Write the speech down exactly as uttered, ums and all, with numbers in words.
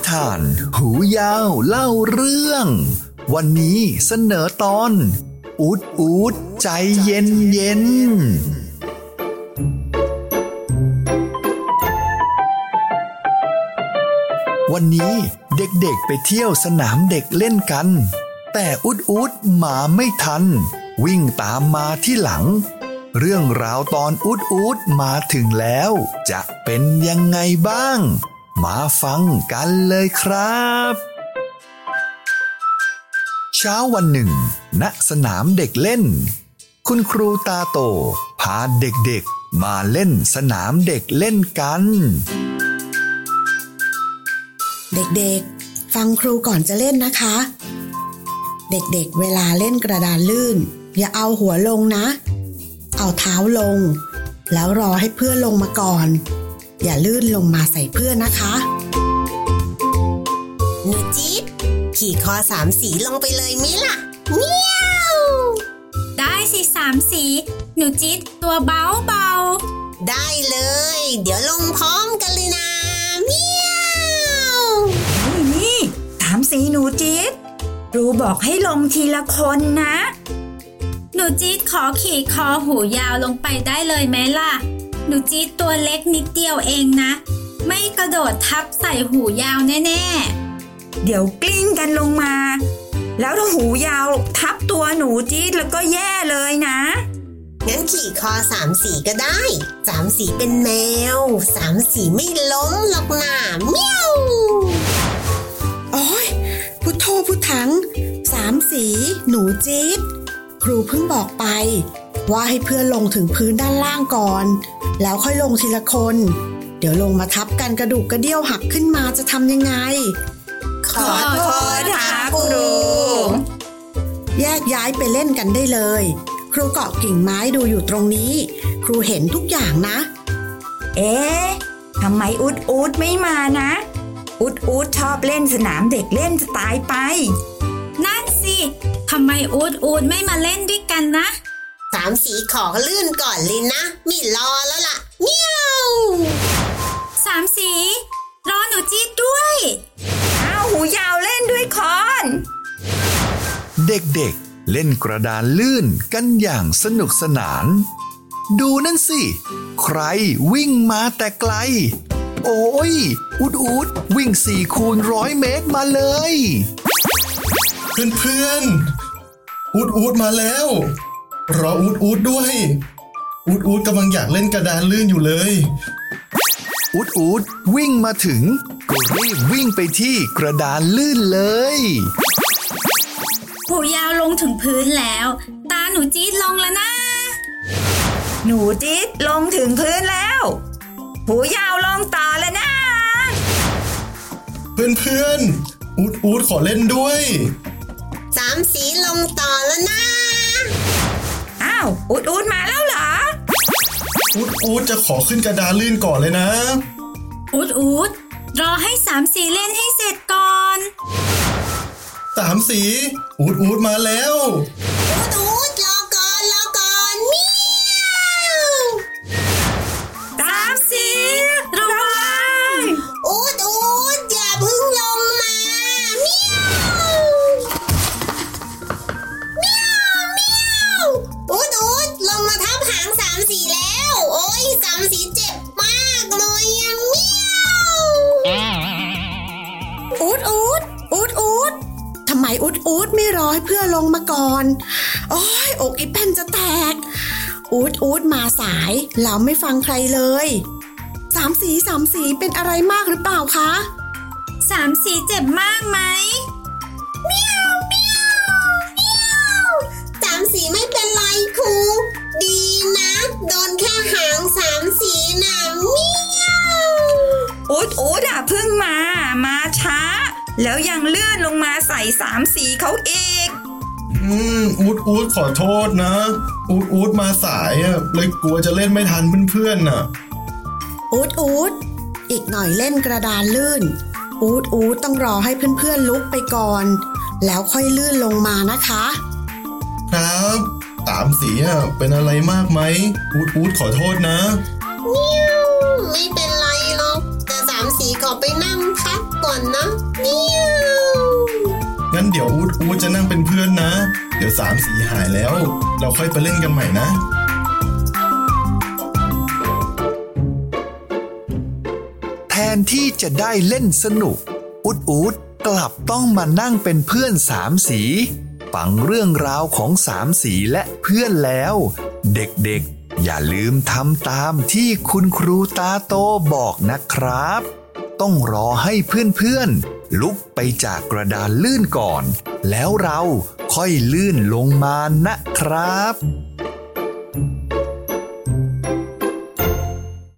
ทานหูยาวเล่าเรื่องวันนี้เสนอตอนอูดอูดใจเย็นเย็นวันนี้เด็กๆไปเที่ยวสนามเด็กเล่นกันแต่อูดอูดมาไม่ทันวิ่งตามมาที่หลังเรื่องราวตอนอูดอูดมาถึงแล้วจะเป็นยังไงบ้างมาฟังกันเลยครับเช้าวันหนึ่งณสนามเด็กเล่นคุณครูตาโตพาเด็กๆมาเล่นสนามเด็กเล่นกันเด็กๆฟังครูก่อนจะเล่นนะคะเด็กๆเวลาเล่นกระดานลื่นอย่าเอาหัวลงนะเอาเท้าลงแล้วรอให้เพื่อนลงมาก่อนอย่าลื่นลงมาใส่เพื่อนนะคะหนูจี๊ดขี่คอสามสีลงไปเลยมิล่ะเมียวได้สิสามสีหนูจี๊ดตัวเบาเบาได้เลยเดี๋ยวลงพร้อมกันเลยนะเมียวนี่นี่สามสีหนูจี๊ดครูบอกให้ลงทีละคนนะหนูจี๊ดขอขี่คอหูยาวลงไปได้เลยไหมล่ะหนูจี๊ดตัวเล็กนิดเดียวเองนะไม่กระโดดทับใส่หูยาวแน่ๆเดี๋ยวกลิ้งกันลงมาแล้วถ้าหูยาวทับตัวหนูจี๊ดแล้วก็แย่เลยนะงั้นขี่คอสามสีก็ได้สามสีเป็นแมวสามสีไม่ล้มหรอกนะเมียวโอ๊ยพุทโธพุทธังสามสีหนูจี๊ดครูเพิ่งบอกไปว่าให้เพื่อนลงถึงพื้นด้านล่างก่อนแล้วค่อยลงทีละคนเดี๋ยวลงมาทับกันกระดูกกระเดี่ยวหักขึ้นมาจะทำยังไงขอโทษค่ะครูแยกย้ายไปเล่นกันได้เลยครูเกาะกิ่งไม้ดูอยู่ตรงนี้ครูเห็นทุกอย่างนะเอ๊ะทำไมอูดอูดไม่มานะอูดอูดชอบเล่นสนามเด็กเล่นจะตายไปนั่นสิทำไมอูดอูดไม่มาเล่นด้วยกันนะสามสีขอลื่นก่อนเลยนะมีรอแล้วล่ะเมียวสามสีรอหนูจี๊ดด้วยอ้าวหูยาวเล่นด้วยคอนเด็กๆเล่นกระดานลื่นกันอย่างสนุกสนานดูนั่นสิใครวิ่งมาแต่ไกลโอ้ยอูดอูดวิ่งสี่คูณร้อยเมตรมาเลยเพื่อนๆอูดอูดมาแล้วรออูดอูดด้วยอูดอูดกำลังอยากเล่นกระดานลื่นอยู่เลยอูดอูดวิ่งมาถึงก็รีบวิ่งไปที่กระดานลื่นเลยหูยาวลงถึงพื้นแล้วตาหนูจี๊ดลงแล้วนะหนูจี๊ดลงถึงพื้นแล้วหูยาวลงต่อแล้วนะเพื่อนๆอูดอูดขอเล่นด้วยสามสีลงต่อแล้วนะอ้าวอูดอูดมาแล้วเหรออูดอูดจะขอขึ้นกระดานลื่นก่อนเลยนะอูดอูดรอให้สามสีเล่นให้เสร็จก่อนสามสีอูดอูดมาแล้วอูดอูดรอก่อนรอก่อนเมียวสามสีระวังอูดอูดอย่าเพิ่งลงมาเมียวเมียวเมียวอูดอูดลงมาทับหางสามสีแล้วโอ้ยสามสีเจ็บมากเลยอะเมียวอูดอูดอูดอูดทำไมอูดอูดไม่รอให้เพื่อนลงมาก่อนโอ้ยอกอีแผ่นจะแตกอูดอูดมาสายแล้วไม่ฟังใครเลยสามสีสามสีเป็นอะไรมากหรือเปล่าคะสามสีเจ็บมากไหมเมียวเมียวเมียวสามสีไม่เป็นไรครูดีนะโดนแค่หางสามสีน่ะเมียวอูดอูดอ่ะเพิ่งมามาช้าแล้วยังเลื่อนลงมาใส่สามสีเขาอีกอืมอูดอูดขอโทษนะอูดอูดมาสายอ่ะเลยกลัวจะเล่นไม่ทันเพื่อนๆน่ะอูดอูดอีกหน่อยเล่นกระดานลื่นอูดอูดต้องรอให้เพื่อนๆลุกไปก่อนแล้วค่อยลื่นลงมานะคะครับสามสีอ่ะเป็นอะไรมากไหมอูดอูดขอโทษนะเมียวไม่เป็นไรหรอกแต่สามสีขอไปนั่งพักก่อนอนนะเมียวงั้นเดี๋ยวอูดอูดจะนั่งเป็นเพื่อนนะ เดี๋ยวสามสีหายแล้วเราค่อยไปเล่นกันใหม่นะแทนที่จะได้เล่นสนุกอุดอูดกลับต้องมานั่งเป็นเพื่อนสามสีฟังเรื่องราวของสามสีและเพื่อนแล้วเด็กๆอย่าลืมทำตามที่คุณครูตาโตบอกนะครับต้องรอให้เพื่อนๆลุกไปจากกระดานลื่นก่อนแล้วเราค่อยลื่นลงมานะครับ